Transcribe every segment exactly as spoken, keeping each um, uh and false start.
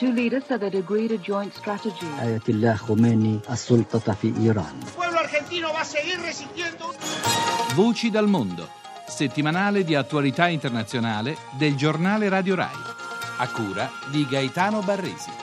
two leaders said they'd agreed a joint strategy. آية الله خميني السلطة في إيران. Il pueblo argentino va a seguir resistiendo. Voci dal mondo, settimanale di attualità internazionale del giornale Radio Rai, a cura di Gaetano Barresi.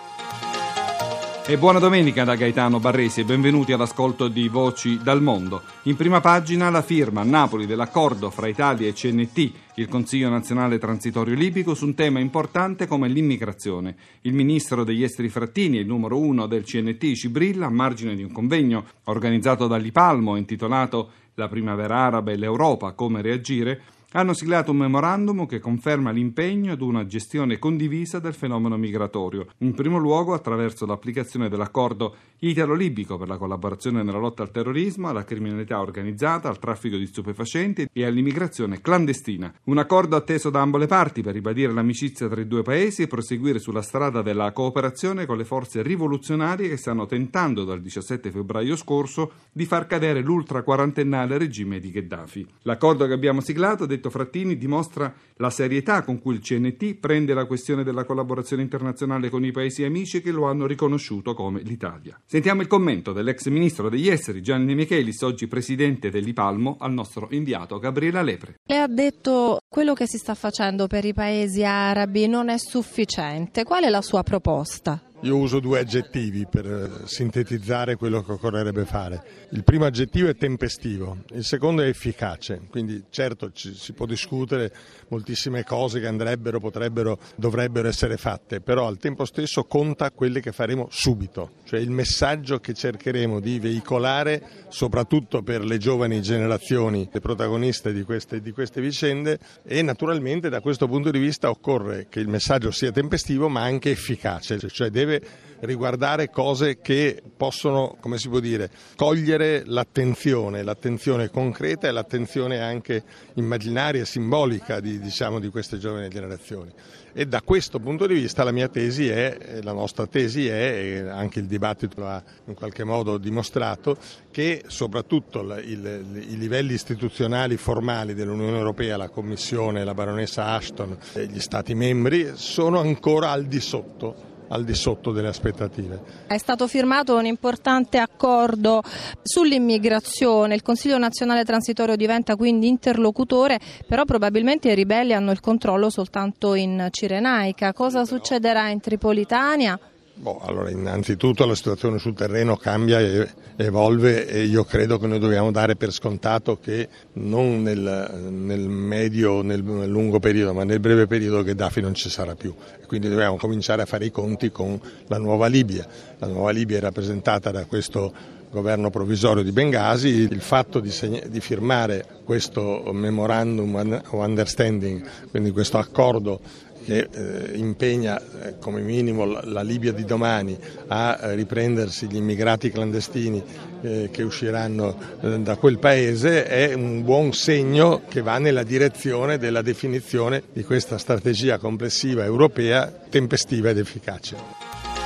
E buona domenica da Gaetano Barresi e benvenuti all'ascolto di Voci dal Mondo. In prima pagina la firma a Napoli dell'accordo fra Italia e C N T, il Consiglio Nazionale Transitorio Libico, su un tema importante come l'immigrazione. Il ministro degli esteri Frattini e il numero uno del C N T Gibril, a margine di un convegno organizzato dall'Ipalmo intitolato La primavera araba e l'Europa, come reagire, hanno siglato un memorandum che conferma l'impegno ad una gestione condivisa del fenomeno migratorio, in primo luogo attraverso l'applicazione dell'accordo italo-libico per la collaborazione nella lotta al terrorismo, alla criminalità organizzata, al traffico di stupefacenti e all'immigrazione clandestina. Un accordo atteso da ambo le parti per ribadire l'amicizia tra i due paesi e proseguire sulla strada della cooperazione con le forze rivoluzionarie che stanno tentando dal diciassette febbraio scorso di far cadere l'ultraquarantennale regime di Gheddafi. L'accordo che abbiamo siglato, detto Frattini, dimostra la serietà con cui il C N T prende la questione della collaborazione internazionale con i paesi amici che lo hanno riconosciuto come l'Italia. Sentiamo il commento dell'ex ministro degli esteri Gianni Michelis, oggi presidente dell'Ipalmo, al nostro inviato Gabriela Lepre. Lei ha detto quello che si sta facendo per i paesi arabi non è sufficiente. Qual è la sua proposta? Io uso due aggettivi per sintetizzare quello che occorrerebbe fare. Il primo aggettivo è tempestivo, il secondo è efficace. Quindi certo ci, si può discutere moltissime cose che andrebbero, potrebbero, dovrebbero essere fatte, però al tempo stesso conta quelle che faremo subito. Cioè il messaggio che cercheremo di veicolare, soprattutto per le giovani generazioni, le protagoniste di queste, di queste vicende, e naturalmente da questo punto di vista occorre che il messaggio sia tempestivo ma anche efficace, cioè deve riguardare cose che possono, come si può dire, cogliere l'attenzione, l'attenzione concreta e l'attenzione anche immaginaria e simbolica di, diciamo, di queste giovani generazioni. E da questo punto di vista la mia tesi è, la nostra tesi è, e anche il dibattito lo ha in qualche modo dimostrato, che soprattutto il, il, i livelli istituzionali formali dell'Unione Europea, la Commissione, la baronessa Ashton e gli Stati membri sono ancora al di sotto al di sotto delle aspettative. È stato firmato un importante accordo sull'immigrazione, il Consiglio Nazionale Transitorio diventa quindi interlocutore, però probabilmente i ribelli hanno il controllo soltanto in Cirenaica. Cosa succederà in Tripolitania? Boh, allora innanzitutto la situazione sul terreno cambia e evolve e io credo che noi dobbiamo dare per scontato che non nel, nel medio, nel, nel lungo periodo, ma nel breve periodo Gheddafi non ci sarà più. Quindi dobbiamo cominciare a fare i conti con la nuova Libia. La nuova Libia è rappresentata da questo governo provvisorio di Bengasi. Il fatto di, segna, di firmare questo memorandum of understanding, quindi questo accordo che eh, impegna eh, come minimo la, la Libia di domani a eh, riprendersi gli immigrati clandestini eh, che usciranno eh, da quel paese, è un buon segno che va nella direzione della definizione di questa strategia complessiva europea tempestiva ed efficace.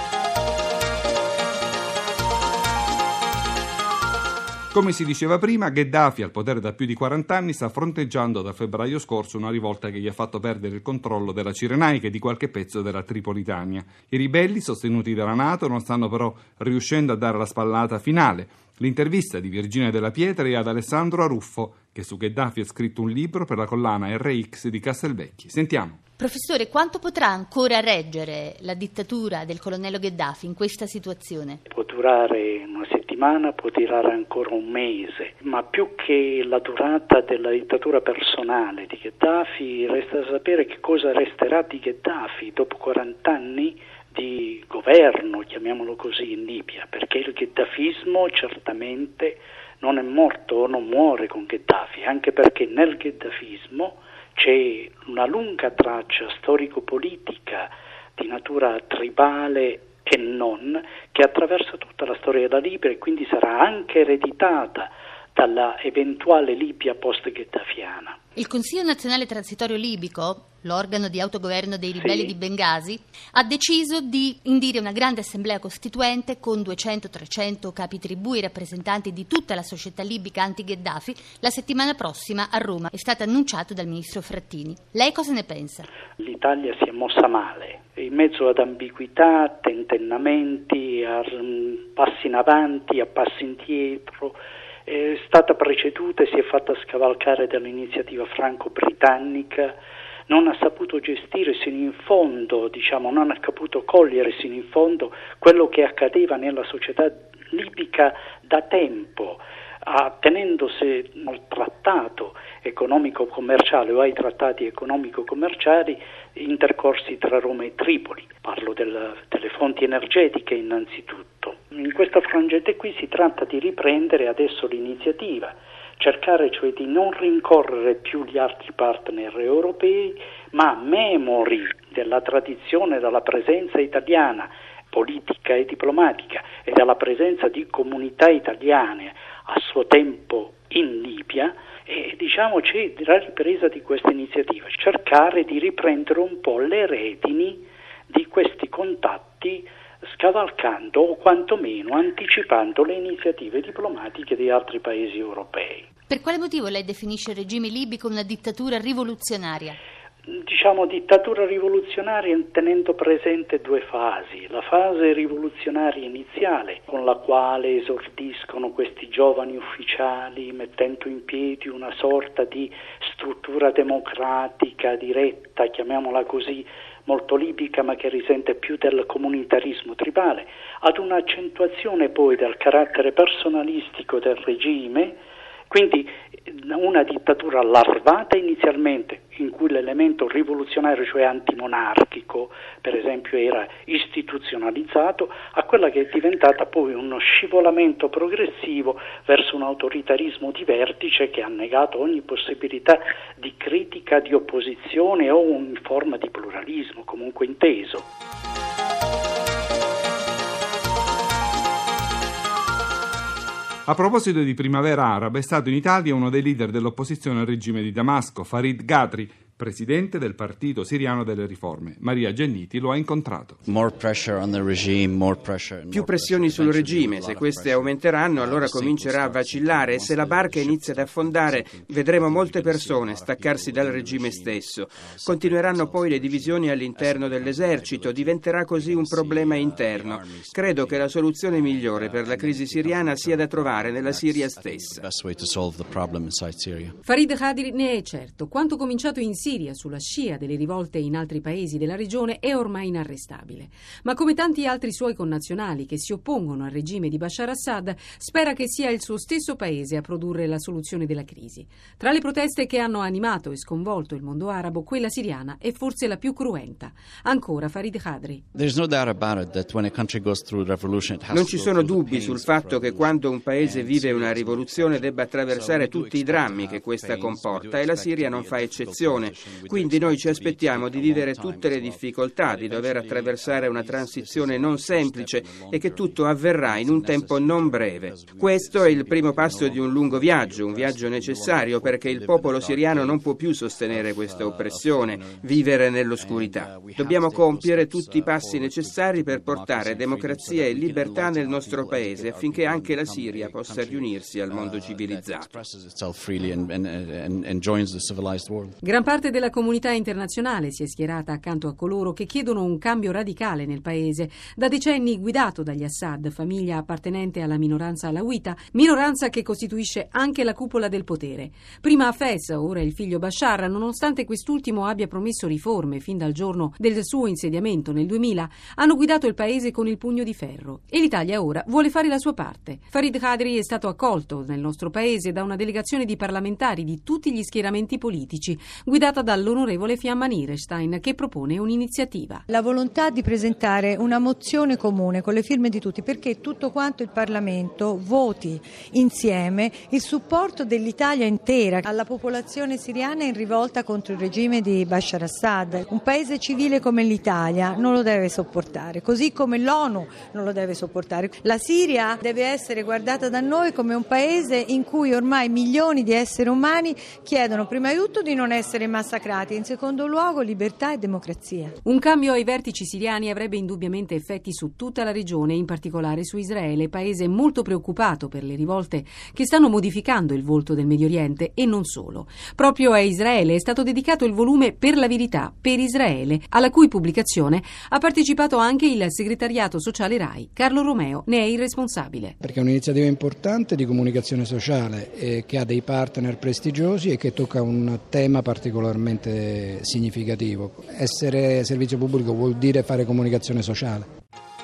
Come si diceva prima, Gheddafi, al potere da più di quaranta anni, sta fronteggiando da febbraio scorso una rivolta che gli ha fatto perdere il controllo della Cirenaica e di qualche pezzo della Tripolitania. I ribelli, sostenuti dalla NATO, non stanno però riuscendo a dare la spallata finale. L'intervista di Virginia Della Pietra e ad Alessandro Aruffo, che su Gheddafi ha scritto un libro per la collana R X di Castelvecchi. Sentiamo. Professore, quanto potrà ancora reggere la dittatura del colonnello Gheddafi in questa situazione? Può durare una settimana, può durare ancora un mese, ma più che la durata della dittatura personale di Gheddafi, resta da sapere che cosa resterà di Gheddafi dopo quaranta anni di governo, chiamiamolo così, in Libia, perché il gheddafismo certamente non è morto o non muore con Gheddafi, anche perché nel gheddafismo c'è una lunga traccia storico-politica di natura tribale e non, che attraversa tutta la storia della Libia e quindi sarà anche ereditata dalla eventuale Libia post-gheddafiana. Il Consiglio Nazionale Transitorio Libico, l'organo di autogoverno dei ribelli sì. di Bengasi, ha deciso di indire una grande assemblea costituente con duecento trecento capi tribù e rappresentanti di tutta la società libica anti-Gheddafi la settimana prossima a Roma. È stato annunciato dal ministro Frattini. Lei cosa ne pensa? L'Italia si è mossa male in mezzo ad ambiguità, tentennamenti, a passi in avanti, a passi indietro. È stata preceduta e si è fatta scavalcare dall'iniziativa franco-britannica, non ha saputo gestire sino in fondo, diciamo, non ha saputo cogliere sino in fondo quello che accadeva nella società libica da tempo, attenendosi al trattato economico-commerciale o ai trattati economico-commerciali intercorsi tra Roma e Tripoli. Parlo del, delle fonti energetiche innanzitutto. In questo frangente qui si tratta di riprendere adesso l'iniziativa, cercare cioè di non rincorrere più gli altri partner europei, ma memori della tradizione, della presenza italiana politica e diplomatica e della presenza di comunità italiane a suo tempo in Libia, e diciamo c'è la ripresa di questa iniziativa, cercare di riprendere un po' le redini di questi contatti, scavalcando o quantomeno anticipando le iniziative diplomatiche di altri paesi europei. Per quale motivo lei definisce il regime libico una dittatura rivoluzionaria? Diciamo dittatura rivoluzionaria tenendo presente due fasi: la fase rivoluzionaria iniziale, con la quale esordiscono questi giovani ufficiali mettendo in piedi una sorta di struttura democratica diretta, chiamiamola così, molto libica, ma che risente più del comunitarismo tribale, ad un'accentuazione poi del carattere personalistico del regime. Quindi una dittatura allargata inizialmente, in cui l'elemento rivoluzionario, cioè antimonarchico, per esempio, era istituzionalizzato, a quella che è diventata poi uno scivolamento progressivo verso un autoritarismo di vertice che ha negato ogni possibilità di critica, di opposizione o ogni forma di pluralismo, comunque inteso. A proposito di primavera araba, è stato in Italia uno dei leader dell'opposizione al regime di Damasco, Farid Ghadri, presidente del Partito Siriano delle Riforme. Maria Genniti lo ha incontrato. Più pressioni sul regime, se queste aumenteranno allora comincerà a vacillare, e se la barca inizia ad affondare vedremo molte persone staccarsi dal regime stesso. Continueranno poi le divisioni all'interno dell'esercito, diventerà così un problema interno. Credo che la soluzione migliore per la crisi siriana sia da trovare nella Siria stessa. Farid Ghadri ne è certo. Quanto cominciato in Siria sulla scia delle rivolte in altri paesi della regione è ormai inarrestabile. Ma come tanti altri suoi connazionali che si oppongono al regime di Bashar Assad, spera che sia il suo stesso paese a produrre la soluzione della crisi. Tra le proteste che hanno animato e sconvolto il mondo arabo, quella siriana è forse la più cruenta. Ancora Farid Ghadri. Non ci sono dubbi sul fatto che quando un paese vive una rivoluzione debba attraversare tutti i drammi che questa comporta, e la Siria non fa eccezione. Quindi noi ci aspettiamo di vivere tutte le difficoltà, di dover attraversare una transizione non semplice e che tutto avverrà in un tempo non breve. Questo è il primo passo di un lungo viaggio, un viaggio necessario perché il popolo siriano non può più sostenere questa oppressione, vivere nell'oscurità. Dobbiamo compiere tutti i passi necessari per portare democrazia e libertà nel nostro paese affinché anche la Siria possa riunirsi al mondo civilizzato. Gran parte della comunità internazionale si è schierata accanto a coloro che chiedono un cambio radicale nel paese, da decenni guidato dagli Assad, famiglia appartenente alla minoranza alawita, minoranza che costituisce anche la cupola del potere. Prima Hafez, ora il figlio Bashar, nonostante quest'ultimo abbia promesso riforme fin dal giorno del suo insediamento nel duemila, hanno guidato il paese con il pugno di ferro, e l'Italia ora vuole fare la sua parte. Farid Ghadri è stato accolto nel nostro paese da una delegazione di parlamentari di tutti gli schieramenti politici, guidata dall'onorevole Fiamma Nierestein, che propone un'iniziativa. La volontà di presentare una mozione comune con le firme di tutti, perché tutto quanto il Parlamento voti insieme il supporto dell'Italia intera alla popolazione siriana in rivolta contro il regime di Bashar Assad. Un paese civile come l'Italia non lo deve sopportare, così come l'ONU non lo deve sopportare. La Siria deve essere guardata da noi come un paese in cui ormai milioni di esseri umani chiedono prima di tutto di non essere massacrati massacrati e in secondo luogo libertà e democrazia. Un cambio ai vertici siriani avrebbe indubbiamente effetti su tutta la regione, in particolare su Israele, paese molto preoccupato per le rivolte che stanno modificando il volto del Medio Oriente e non solo. Proprio a Israele è stato dedicato il volume Per la verità, per Israele, alla cui pubblicazione ha partecipato anche il segretariato sociale RAI. Carlo Romeo ne è il responsabile. Perché è un'iniziativa importante di comunicazione sociale eh, che ha dei partner prestigiosi e che tocca un tema particolarmente significativo. Essere servizio pubblico vuol dire fare comunicazione sociale.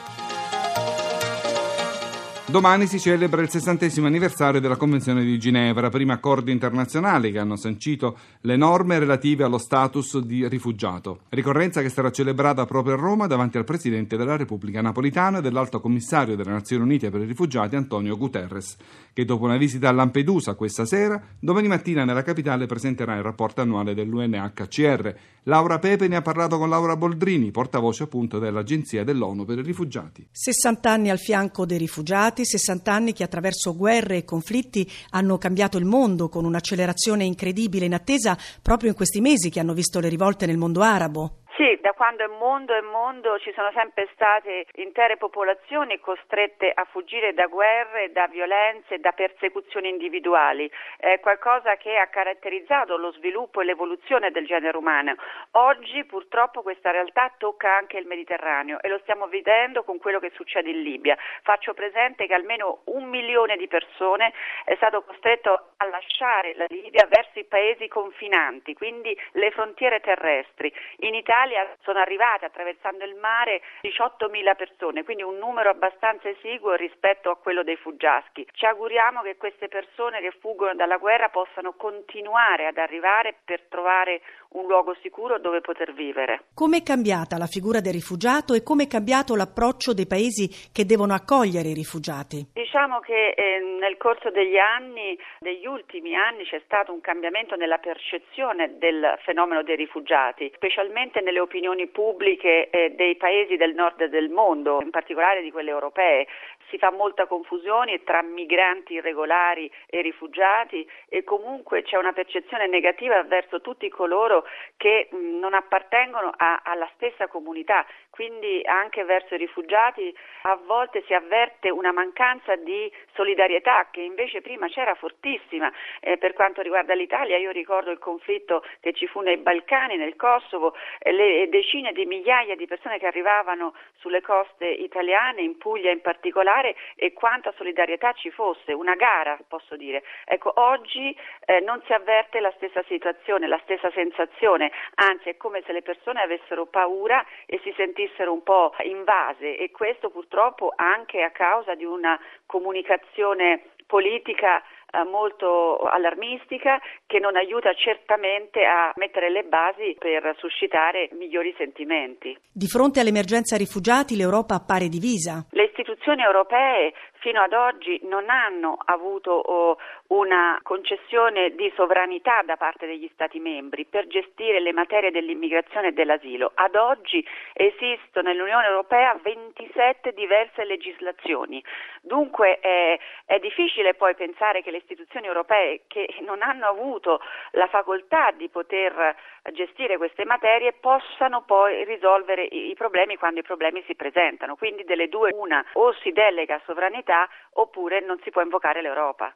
Domani si celebra il sessantesimo anniversario della Convenzione di Ginevra, primi accordi internazionali che hanno sancito le norme relative allo status di rifugiato. Ricorrenza che sarà celebrata proprio a Roma davanti al Presidente della Repubblica Napolitano e dell'Alto Commissario delle Nazioni Unite per i Rifugiati Antonio Guterres, che dopo una visita a Lampedusa questa sera, domani mattina nella capitale presenterà il rapporto annuale dell'U N H C R. Laura Pepe ne ha parlato con Laura Boldrini, portavoce appunto dell'Agenzia dell'ONU per i Rifugiati. sessanta anni al fianco dei rifugiati, sessanta anni che attraverso guerre e conflitti hanno cambiato il mondo con un'accelerazione incredibile in attesa proprio in questi mesi che hanno visto le rivolte nel mondo arabo. Sì, da quando è mondo è mondo ci sono sempre state intere popolazioni costrette a fuggire da guerre, da violenze, da persecuzioni individuali. È qualcosa che ha caratterizzato lo sviluppo e l'evoluzione del genere umano. Oggi purtroppo questa realtà tocca anche il Mediterraneo e lo stiamo vedendo con quello che succede in Libia. Faccio presente che almeno un milione di persone è stato costretto a lasciare la Libia verso i paesi confinanti, quindi le frontiere terrestri. In Italia sono arrivate attraversando il mare diciottomila persone, quindi un numero abbastanza esiguo rispetto a quello dei fuggiaschi. Ci auguriamo che queste persone che fuggono dalla guerra possano continuare ad arrivare per trovare un luogo sicuro dove poter vivere. Come è cambiata la figura del rifugiato e come è cambiato l'approccio dei paesi che devono accogliere i rifugiati? Diciamo che eh, nel corso degli anni, degli ultimi anni, c'è stato un cambiamento nella percezione del fenomeno dei rifugiati, specialmente nelle opinioni pubbliche eh, dei paesi del nord del mondo, in particolare di quelle europee. Si fa molta confusione tra migranti irregolari e rifugiati e comunque c'è una percezione negativa verso tutti coloro che mh, non appartengono a, alla stessa comunità, quindi anche verso i rifugiati a volte si avverte una mancanza di solidarietà che invece prima c'era fortissima. Eh, per quanto riguarda l'Italia, io ricordo il conflitto che ci fu nei Balcani, nel Kosovo, eh, le decine di migliaia di persone che arrivavano sulle coste italiane, in Puglia in particolare, e quanta solidarietà ci fosse, una gara posso dire. Ecco, oggi eh, non si avverte la stessa situazione, la stessa sensazione, anzi è come se le persone avessero paura e si sentissero un po' invase, e questo purtroppo anche a causa di una comunicazione politica eh, molto allarmistica che non aiuta certamente a mettere le basi per suscitare migliori sentimenti. Di fronte all'emergenza rifugiati l'Europa appare divisa. Le istituzioni europee fino ad oggi non hanno avuto oh, una concessione di sovranità da parte degli Stati membri per gestire le materie dell'immigrazione e dell'asilo. Ad oggi esistono nell'Unione Europea ventisette diverse legislazioni. Dunque è, è difficile poi pensare che le istituzioni europee, che non hanno avuto la facoltà di poter gestire queste materie, possano poi risolvere i, i problemi quando i problemi si presentano. Quindi delle due una, o si delega sovranità oppure non si può invocare l'Europa.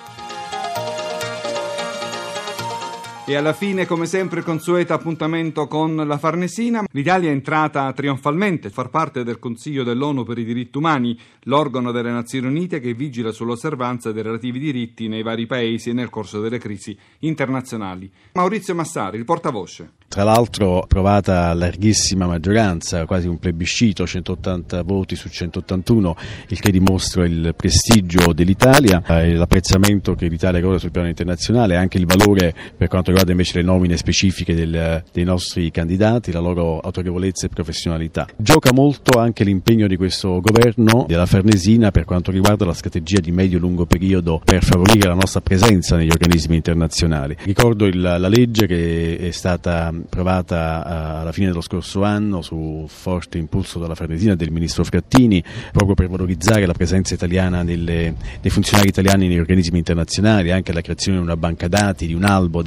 E alla fine, come sempre, il consueto appuntamento con la Farnesina. L'Italia è entrata trionfalmente a far parte del Consiglio dell'ONU per i diritti umani, l'organo delle Nazioni Unite che vigila sull'osservanza dei relativi diritti nei vari paesi e nel corso delle crisi internazionali. Maurizio Massari, il portavoce. Tra l'altro approvata a larghissima maggioranza, quasi un plebiscito, centottanta voti su centottantuno, il che dimostra il prestigio dell'Italia, eh, l'apprezzamento che l'Italia goda sul piano internazionale, anche il valore per quanto riguarda invece le nomine specifiche del, dei nostri candidati, la loro autorevolezza e professionalità. Gioca molto anche l'impegno di questo governo della Farnesina per quanto riguarda la strategia di medio-lungo periodo per favorire la nostra presenza negli organismi internazionali. Ricordo il, la legge che è stata approvata alla fine dello scorso anno su forte impulso della Farnesina e del ministro Frattini, proprio per valorizzare la presenza italiana nelle, dei funzionari italiani negli organismi internazionali, anche la creazione di una banca dati, di un albo dei funzionari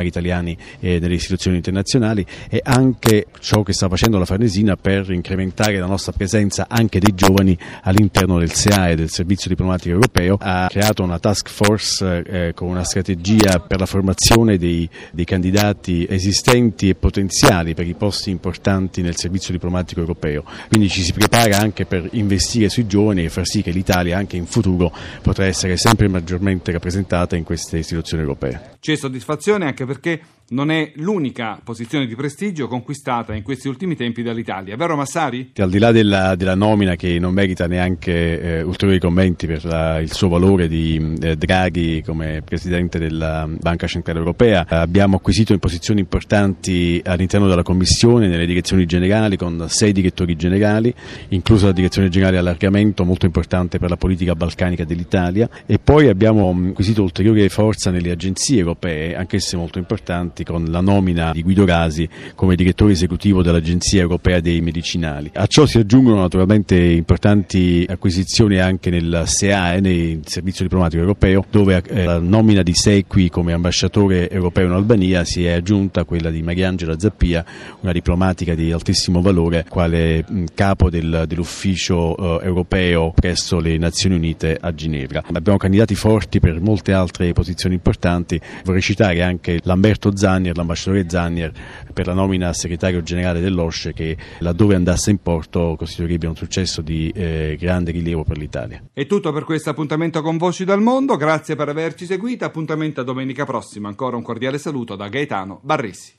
funzionari italiani e nelle istituzioni internazionali, e anche ciò che sta facendo la Farnesina per incrementare la nostra presenza anche dei giovani all'interno del S E A E, del Servizio Diplomatico Europeo. Ha creato una task force eh, con una strategia per la formazione dei, dei candidati esistenti e potenziali per i posti importanti nel Servizio Diplomatico Europeo. Quindi ci si prepara anche per investire sui giovani e far sì che l'Italia anche in futuro potrà essere sempre maggiormente rappresentata in queste istituzioni europee. C'è soddisfazione anche perché non è l'unica posizione di prestigio conquistata in questi ultimi tempi dall'Italia, vero Massari? Al di là della, della nomina, che non merita neanche eh, ulteriori commenti per la, il suo valore di eh, Draghi come Presidente della Banca Centrale Europea, eh, abbiamo acquisito in posizioni importanti all'interno della Commissione, nelle direzioni generali, con sei direttori generali, inclusa la Direzione Generale Allargamento, molto importante per la politica balcanica dell'Italia, e poi abbiamo acquisito ulteriore forza nelle agenzie europee, anch'esse molto importanti, con la nomina di Guido Rasi come direttore esecutivo dell'Agenzia Europea dei Medicinali. A ciò si aggiungono naturalmente importanti acquisizioni anche nel S E A E, nel Servizio Diplomatico Europeo, dove eh, la nomina di Sequi come ambasciatore europeo in Albania si è aggiunta a quella di Mariangela Zappia, una diplomatica di altissimo valore, quale mh, capo del, dell'ufficio eh, europeo presso le Nazioni Unite a Ginevra. Abbiamo candidati forti per molte altre posizioni importanti. Vorrei citare anche Lamberto Zannier, l'ambasciatore Zannier, per la nomina a segretario generale dell'O S C E, che laddove andasse in porto costituirebbe un successo di eh, grande rilievo per l'Italia. È tutto per questo appuntamento con Voci dal Mondo, grazie per averci seguito, appuntamento a domenica prossima. Ancora un cordiale saluto da Gaetano Barresi.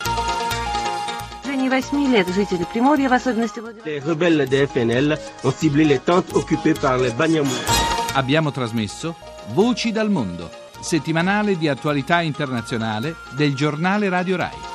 Les rebelles de F N L ont ciblé les tentes occupées par les Banyamou. Abbiamo trasmesso Voci dal Mondo, settimanale di attualità internazionale del giornale Radio Rai.